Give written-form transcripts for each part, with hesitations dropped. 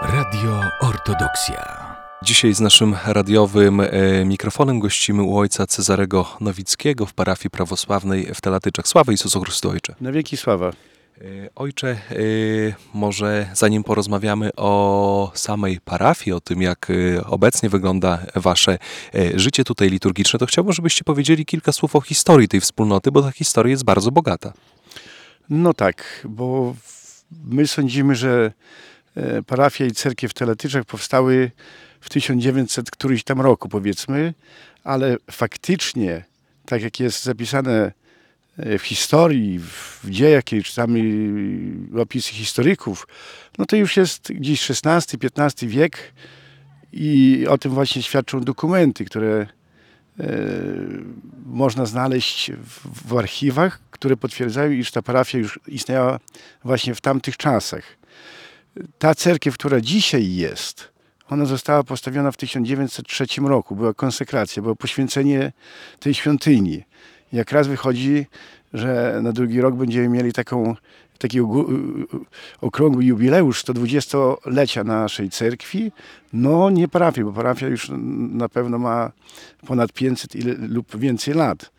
Radio Ortodoksja. Dzisiaj z naszym radiowym mikrofonem gościmy u ojca Cezarego Nowickiego w parafii prawosławnej w Telatyczach. Sława Jezusu Chrystu, ojcze. Na wieki sława. Ojcze, może zanim porozmawiamy o samej parafii, o tym jak obecnie wygląda wasze życie tutaj liturgiczne, to chciałbym, żebyście powiedzieli kilka słów o historii tej wspólnoty, bo ta historia jest bardzo bogata. No tak, bo my sądzimy, że parafia i cerkiew w Teletyczach powstały w 1900 któryś tam roku, powiedzmy, ale faktycznie, tak jak jest zapisane w historii, w dziejach, kiedy czytamy opisy historyków, no to już jest gdzieś XVI-XV wiek i o tym właśnie świadczą dokumenty, które można znaleźć w archiwach, które potwierdzają, iż ta parafia już istniała właśnie w tamtych czasach. Ta cerkiew, która dzisiaj jest, ona została postawiona w 1903 roku. Była konsekracja, było poświęcenie tej świątyni. Jak raz wychodzi, że na drugi rok będziemy mieli taki okrągły jubileusz 120-lecia naszej cerkwi. No nie parafii, bo parafia już na pewno ma ponad 500 lub więcej lat.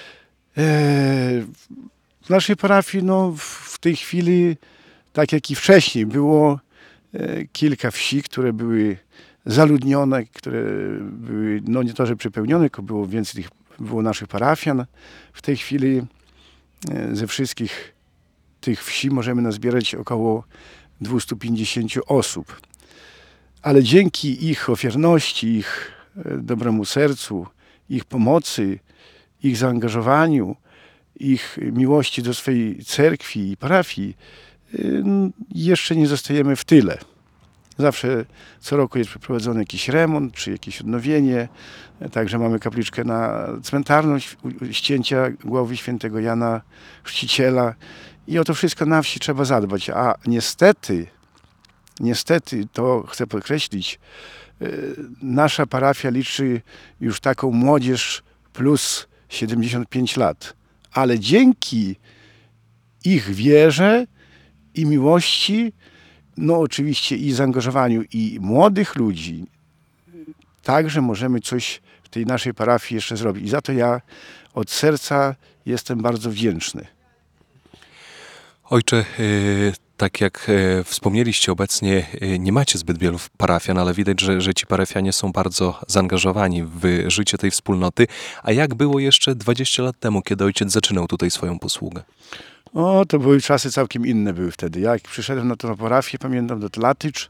W naszej parafii w tej chwili, tak jak i wcześniej, było kilka wsi, które były zaludnione, które były nie to, że przepełnione, tylko było więcej było naszych parafian. W tej chwili ze wszystkich tych wsi możemy nazbierać około 250 osób. Ale dzięki ich ofiarności, ich dobremu sercu, ich pomocy, ich zaangażowaniu, ich miłości do swojej cerkwi i parafii jeszcze nie zostajemy w tyle. Zawsze co roku jest przeprowadzony jakiś remont, czy jakieś odnowienie. Także mamy kapliczkę na cmentarną ścięcia głowy świętego Jana Chrzciciela. I o to wszystko na wsi trzeba zadbać. A niestety, to chcę podkreślić, nasza parafia liczy już taką młodzież plus 75 lat. Ale dzięki ich wierze i miłości, oczywiście i zaangażowaniu i młodych ludzi, także możemy coś w tej naszej parafii jeszcze zrobić. I za to ja od serca jestem bardzo wdzięczny. Ojcze, tak jak wspomnieliście, obecnie nie macie zbyt wielu parafian, ale widać, że ci parafianie są bardzo zaangażowani w życie tej wspólnoty. A jak było jeszcze 20 lat temu, kiedy ojciec zaczynał tutaj swoją posługę? To były czasy całkiem inne były wtedy. Jak przyszedłem na tę parafię, pamiętam, do Telatycz,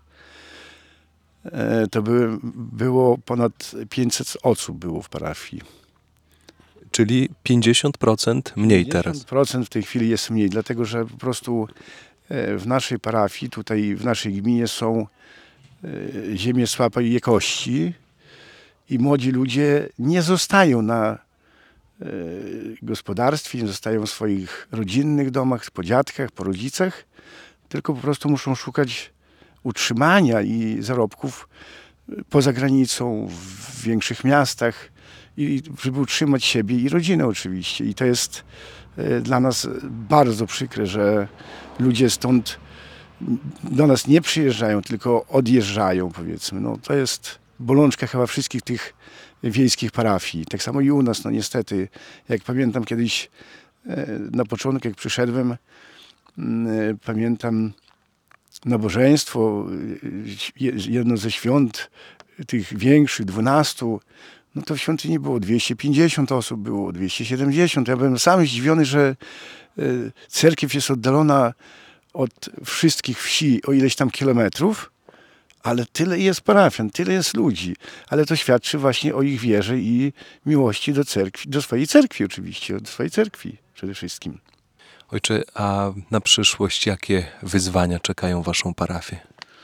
to było ponad 500 osób było w parafii. Czyli 50% mniej teraz. 50% w tej chwili jest mniej, dlatego że po prostu w naszej parafii, tutaj w naszej gminie są ziemie słabej jakości i młodzi ludzie nie zostają na gospodarstwie, nie zostają w swoich rodzinnych domach, po dziadkach, po rodzicach, tylko po prostu muszą szukać utrzymania i zarobków poza granicą, w większych miastach, i żeby utrzymać siebie i rodzinę oczywiście. I to jest dla nas bardzo przykre, że ludzie stąd do nas nie przyjeżdżają, tylko odjeżdżają, powiedzmy. To jest bolączka chyba wszystkich tych wiejskich parafii. Tak samo i u nas, niestety. Jak pamiętam kiedyś na początku, jak przyszedłem, pamiętam nabożeństwo, jedno ze świąt tych większych, 12, to w świątyni było 250 osób, było 270. Ja byłem sam zdziwiony, że cerkiew jest oddalona od wszystkich wsi o ileś tam kilometrów, ale tyle jest parafian, tyle jest ludzi. Ale to świadczy właśnie o ich wierze i miłości do cerkwi, do swojej cerkwi oczywiście, do swojej cerkwi przede wszystkim. Ojcze, a na przyszłość jakie wyzwania czekają waszą parafię?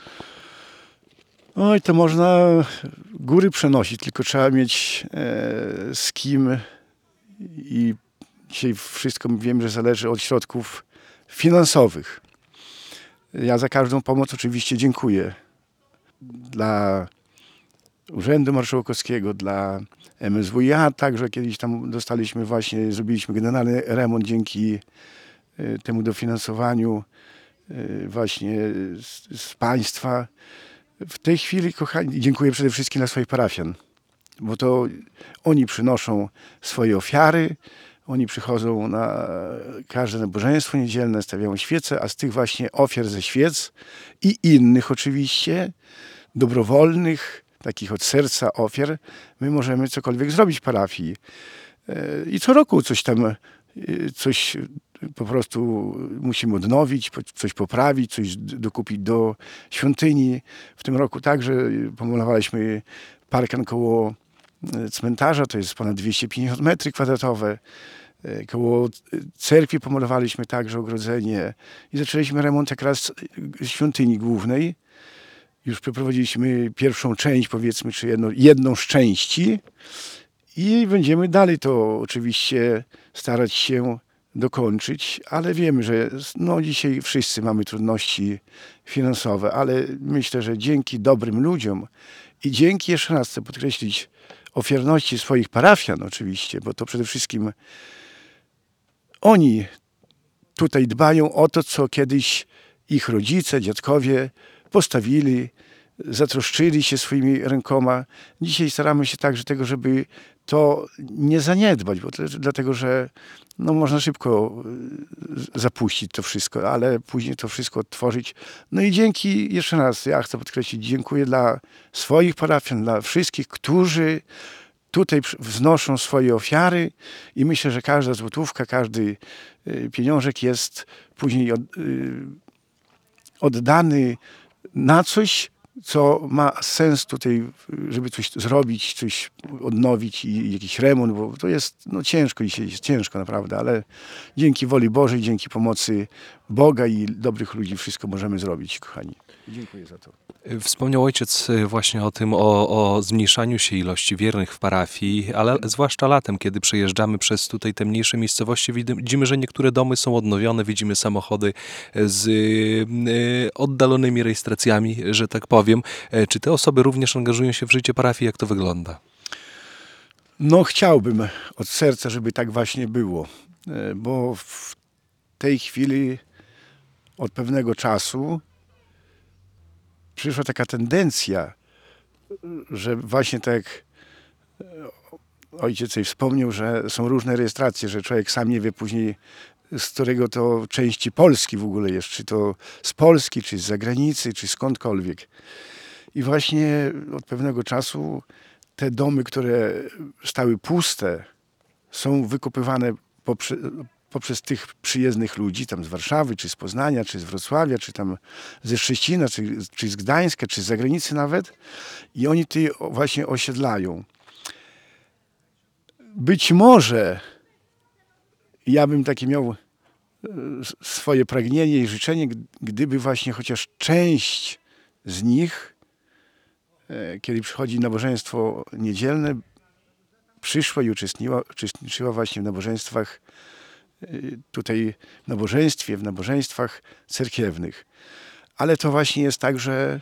To można góry przenosić, tylko trzeba mieć z kim i dzisiaj wszystko wiem, że zależy od środków finansowych. Ja za każdą pomoc oczywiście dziękuję. Dla Urzędu Marszałkowskiego, dla MSWiA, także kiedyś tam dostaliśmy właśnie, zrobiliśmy generalny remont dzięki temu dofinansowaniu właśnie z państwa. W tej chwili, kochani, dziękuję przede wszystkim dla swoich parafian, bo to oni przynoszą swoje ofiary, oni przychodzą na każde nabożeństwo niedzielne, stawiają świece, a z tych właśnie ofiar ze świec i innych oczywiście, dobrowolnych, takich od serca ofiar, my możemy cokolwiek zrobić w parafii. I co roku coś po prostu musimy odnowić, coś poprawić, coś dokupić do świątyni. W tym roku także pomalowaliśmy parkan koło cmentarza, to jest ponad 250 m2. Koło cerkwi pomalowaliśmy także ogrodzenie i zaczęliśmy remont jak raz świątyni głównej. Już przeprowadziliśmy pierwszą część, powiedzmy, czy jedną z części i będziemy dalej to oczywiście starać się dokończyć, ale wiemy, że dzisiaj wszyscy mamy trudności finansowe, ale myślę, że dzięki dobrym ludziom i dzięki, jeszcze raz chcę podkreślić, ofiarności swoich parafian oczywiście, bo to przede wszystkim oni tutaj dbają o to, co kiedyś ich rodzice, dziadkowie postawili, zatroszczyli się swoimi rękoma. Dzisiaj staramy się także tego, żeby to nie zaniedbać, dlatego że można szybko zapuścić to wszystko, ale później to wszystko odtworzyć. No i dzięki, jeszcze raz, ja chcę podkreślić, dziękuję dla swoich parafian, dla wszystkich, którzy tutaj wznoszą swoje ofiary i myślę, że każda złotówka, każdy pieniążek jest później oddany na coś, co ma sens tutaj, żeby coś zrobić, coś odnowić i jakiś remont, bo to jest ciężko dzisiaj, jest ciężko naprawdę, ale dzięki woli Bożej, dzięki pomocy Boga i dobrych ludzi wszystko możemy zrobić, kochani. Dziękuję za to. Wspomniał ojciec właśnie o tym, o zmniejszaniu się ilości wiernych w parafii, ale zwłaszcza latem, kiedy przejeżdżamy przez tutaj te mniejsze miejscowości, widzimy, że niektóre domy są odnowione, widzimy samochody z oddalonymi rejestracjami, że tak powiem. Czy te osoby również angażują się w życie parafii? Jak to wygląda? Chciałbym od serca, żeby tak właśnie było, bo w tej chwili od pewnego czasu przyszła taka tendencja, że właśnie tak jak ojciec tutaj wspomniał, że są różne rejestracje, że człowiek sam nie wie później, z którego to części Polski w ogóle jest, czy to z Polski, czy z zagranicy, czy skądkolwiek. I właśnie od pewnego czasu te domy, które stały puste, są wykupywane poprzez tych przyjezdnych ludzi, tam z Warszawy, czy z Poznania, czy z Wrocławia, czy tam ze Szczecina, czy z Gdańska, czy z zagranicy nawet. I oni tutaj właśnie osiedlają. Być może ja bym takie miał swoje pragnienie i życzenie, gdyby właśnie chociaż część z nich, kiedy przychodzi nabożeństwo niedzielne, przyszła i uczestniczyła właśnie w nabożeństwach tutaj w nabożeństwach cerkiewnych. Ale to właśnie jest tak, że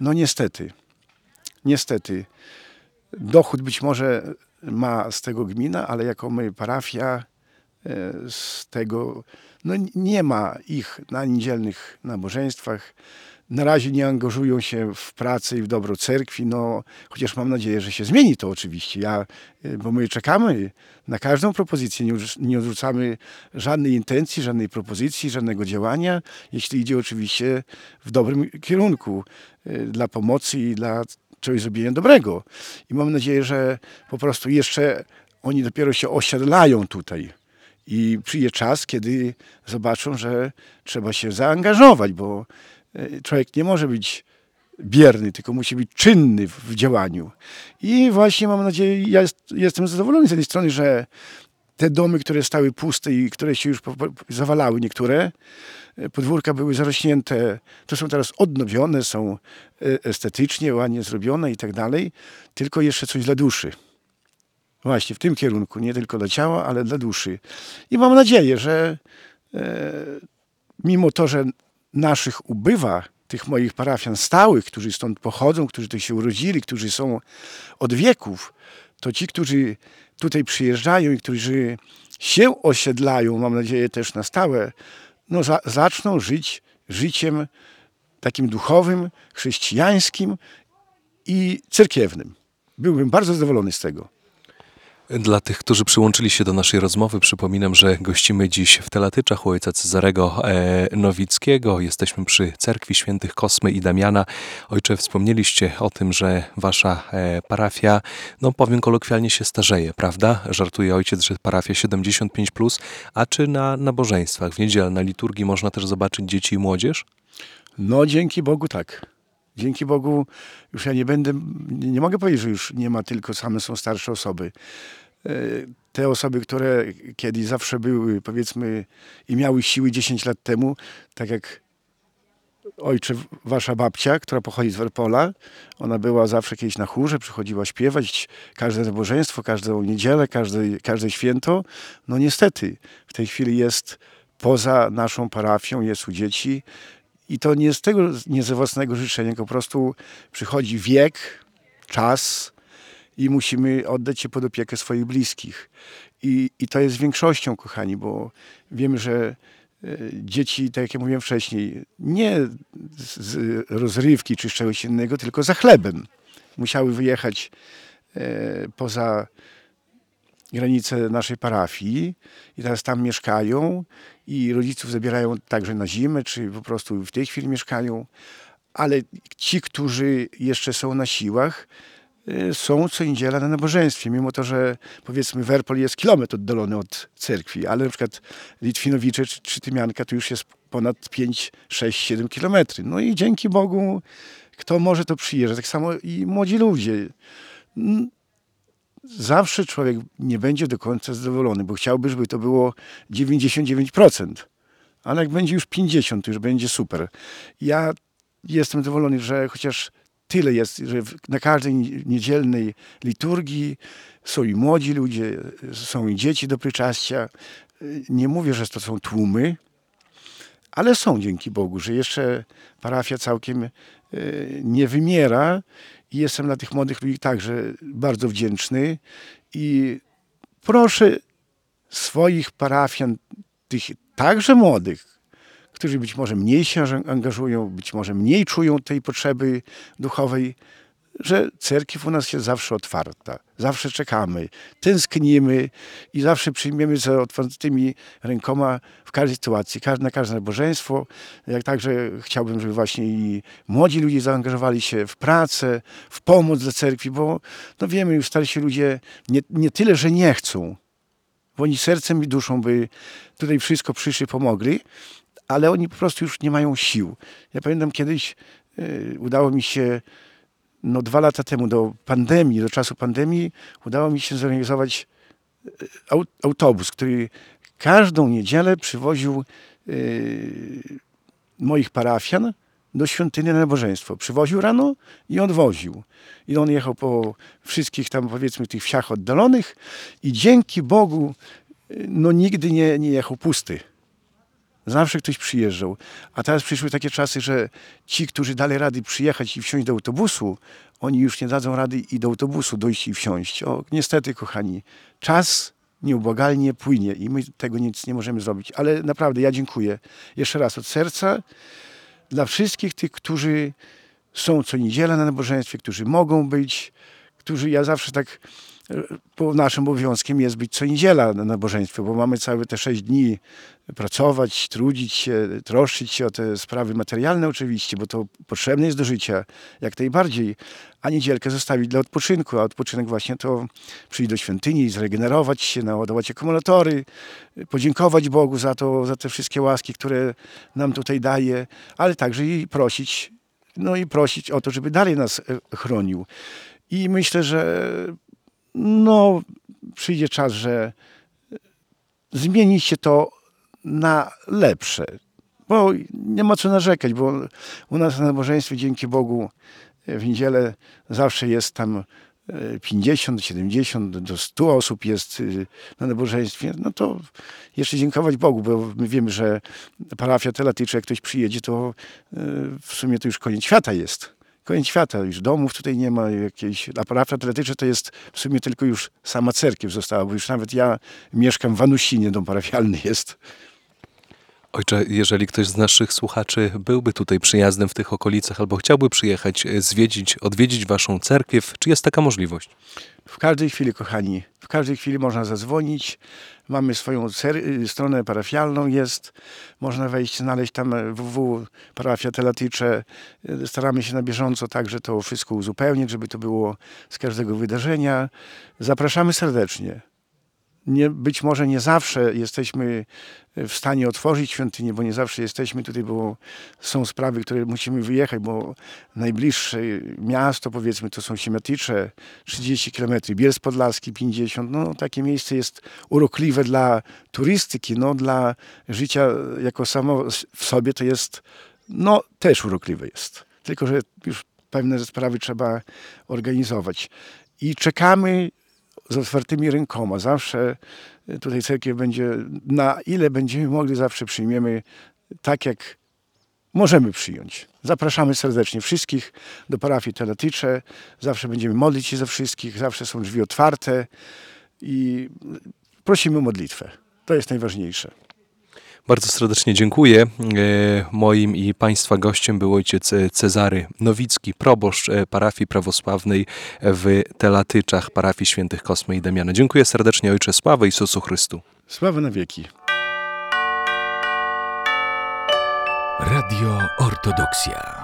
niestety, dochód być może ma z tego gmina, ale jako my parafia z tego, nie ma ich na niedzielnych nabożeństwach. Na razie nie angażują się w pracę i w dobro cerkwi, chociaż mam nadzieję, że się zmieni to oczywiście. Bo my czekamy na każdą propozycję, nie odrzucamy żadnej intencji, żadnej propozycji, żadnego działania, jeśli idzie oczywiście w dobrym kierunku dla pomocy i dla czegoś zrobienia dobrego. I mam nadzieję, że po prostu jeszcze oni dopiero się osiedlają tutaj. I przyjdzie czas, kiedy zobaczą, że trzeba się zaangażować, bo człowiek nie może być bierny, tylko musi być czynny w działaniu. I właśnie mam nadzieję, ja jestem zadowolony z jednej strony, że te domy, które stały puste i które się już zawalały niektóre, podwórka były zarośnięte, to są teraz odnowione, są estetycznie, ładnie zrobione i tak dalej, tylko jeszcze coś dla duszy. Właśnie w tym kierunku, nie tylko dla ciała, ale dla duszy. I mam nadzieję, że mimo to, że naszych ubywa, tych moich parafian stałych, którzy stąd pochodzą, którzy tu się urodzili, którzy są od wieków, to ci, którzy tutaj przyjeżdżają i którzy się osiedlają, mam nadzieję też na stałe, zaczną żyć życiem takim duchowym, chrześcijańskim i cerkiewnym. Byłbym bardzo zadowolony z tego. Dla tych, którzy przyłączyli się do naszej rozmowy, przypominam, że gościmy dziś w Telatyczach u ojca Cezarego Nowickiego. Jesteśmy przy Cerkwi Świętych Kosmy i Damiana. Ojcze, wspomnieliście o tym, że wasza parafia, no powiem kolokwialnie, się starzeje, prawda? Żartuje ojciec, że parafia 75+, a czy na nabożeństwach w niedzielę, na liturgii można też zobaczyć dzieci i młodzież? No dzięki Bogu tak. Dzięki Bogu już ja nie mogę powiedzieć, że już nie ma, tylko same są starsze osoby. Te osoby, które kiedyś zawsze były, powiedzmy, i miały siły 10 lat temu, tak jak ojcze, wasza babcia, która pochodzi z Werpola, ona była zawsze kiedyś na chórze, przychodziła śpiewać każde nabożeństwo, każdą niedzielę, każde święto. No niestety, w tej chwili jest poza naszą parafią, jest u dzieci. I to nie ze własnego życzenia, tylko po prostu przychodzi wiek, czas i musimy oddać się pod opiekę swoich bliskich. I to jest większością, kochani, bo wiemy, że dzieci, tak jak ja mówiłem wcześniej, nie z rozrywki czy z czegoś innego, tylko za chlebem. Musiały wyjechać poza granice naszej parafii i teraz tam mieszkają i rodziców zabierają także na zimę, czy po prostu w tej chwili mieszkają, ale ci, którzy jeszcze są na siłach, są co niedziela na nabożeństwie, mimo to, że powiedzmy Werpol jest kilometr oddalony od cerkwi, ale na przykład Litwinowice czy Tymianka to już jest ponad 5, 6, 7 kilometry. No i dzięki Bogu, kto może, to przyjeżdża. Tak samo i młodzi ludzie. Zawsze człowiek nie będzie do końca zadowolony, bo chciałby, żeby to było 99%. Ale jak będzie już 50%, to już będzie super. Ja jestem zadowolony, że chociaż tyle jest, że na każdej niedzielnej liturgii są i młodzi ludzie, są i dzieci do pryczastia. Nie mówię, że to są tłumy, ale są, dzięki Bogu, że jeszcze parafia całkiem nie wymiera. I jestem dla tych młodych ludzi także bardzo wdzięczny i proszę swoich parafian, tych także młodych, którzy być może mniej się angażują, być może mniej czują tej potrzeby duchowej, że cerkiew u nas jest zawsze otwarta. Zawsze czekamy, tęsknimy i zawsze przyjmiemy z otwartymi rękoma w każdej sytuacji, na każde nabożeństwo. Jak także chciałbym, żeby właśnie i młodzi ludzie zaangażowali się w pracę, w pomoc dla cerkwi, bo no wiemy, już starsi ludzie nie tyle, że nie chcą, bo oni sercem i duszą by tutaj wszystko przyszli, pomogli, ale oni po prostu już nie mają sił. Ja pamiętam kiedyś udało mi się 2 lata temu, do czasu pandemii, udało mi się zorganizować autobus, który każdą niedzielę przywoził moich parafian do świątyni na nabożeństwo. Przywoził rano i odwoził. I on jechał po wszystkich tam, powiedzmy, tych wsiach oddalonych i dzięki Bogu nigdy nie jechał pusty. Zawsze ktoś przyjeżdżał. A teraz przyszły takie czasy, że ci, którzy dali rady przyjechać i wsiąść do autobusu, oni już nie dadzą rady i do autobusu dojść i wsiąść. Niestety, kochani, czas nieubłagalnie płynie i my tego nic nie możemy zrobić. Ale naprawdę ja dziękuję jeszcze raz od serca dla wszystkich tych, którzy są co niedziela na nabożeństwie, którzy mogą być, ja zawsze tak, bo naszym obowiązkiem jest być co niedziela na nabożeństwie, bo mamy całe te 6 dni pracować, trudzić się, troszczyć się o te sprawy materialne oczywiście, bo to potrzebne jest do życia jak najbardziej, a niedzielkę zostawić dla odpoczynku, a odpoczynek właśnie to przyjść do świątyni, zregenerować się, naładować akumulatory, podziękować Bogu za te wszystkie łaski, które nam tutaj daje, ale także i prosić o to, żeby dalej nas chronił. I myślę, że przyjdzie czas, że zmieni się to na lepsze. Bo nie ma co narzekać, bo u nas na nabożeństwie, dzięki Bogu, w niedzielę zawsze jest tam 50, 70, do 100 osób jest na nabożeństwie. No to jeszcze dziękować Bogu, bo my wiemy, że parafia Telatyczek, jak ktoś przyjedzie, to w sumie to już koniec świata jest. Koniec świata, już domów tutaj nie ma jakiejś, a parafia Telatyczek to jest w sumie tylko już sama cerkiew została, bo już nawet ja mieszkam w Anusinie, dom parafialny jest. Ojcze, jeżeli ktoś z naszych słuchaczy byłby tutaj przyjazdem w tych okolicach albo chciałby przyjechać, odwiedzić waszą cerkiew, czy jest taka możliwość? W każdej chwili, kochani, w każdej chwili można zadzwonić. Mamy swoją stronę parafialną, można wejść, znaleźć tam www.parafia Telatycze. Staramy się na bieżąco także to wszystko uzupełnić, żeby to było z każdego wydarzenia. Zapraszamy serdecznie. Być może nie zawsze jesteśmy w stanie otworzyć świątynię, bo nie zawsze jesteśmy tutaj, bo są sprawy, które musimy wyjechać, bo najbliższe miasto, powiedzmy, to są Siemiatycze, 30 km, Bielsk Podlaski 50. No, takie miejsce jest urokliwe dla turystyki, no, dla życia jako samo w sobie to jest, no, też urokliwe jest. Tylko że już pewne sprawy trzeba organizować. I czekamy z otwartymi rękoma. Zawsze tutaj cerkiew będzie, na ile będziemy mogli, zawsze przyjmiemy tak, jak możemy przyjąć. Zapraszamy serdecznie wszystkich do parafii Telatycze. Zawsze będziemy modlić się za wszystkich, zawsze są drzwi otwarte i prosimy o modlitwę. To jest najważniejsze. Bardzo serdecznie dziękuję. Moim i Państwa gościem był ojciec Cezary Nowicki, proboszcz parafii prawosławnej w Telatyczach, parafii świętych Kosmy i Damiana. Dziękuję serdecznie, ojcze. Sława Jezusu Chrystu. Sława na wieki. Radio Ortodoksja.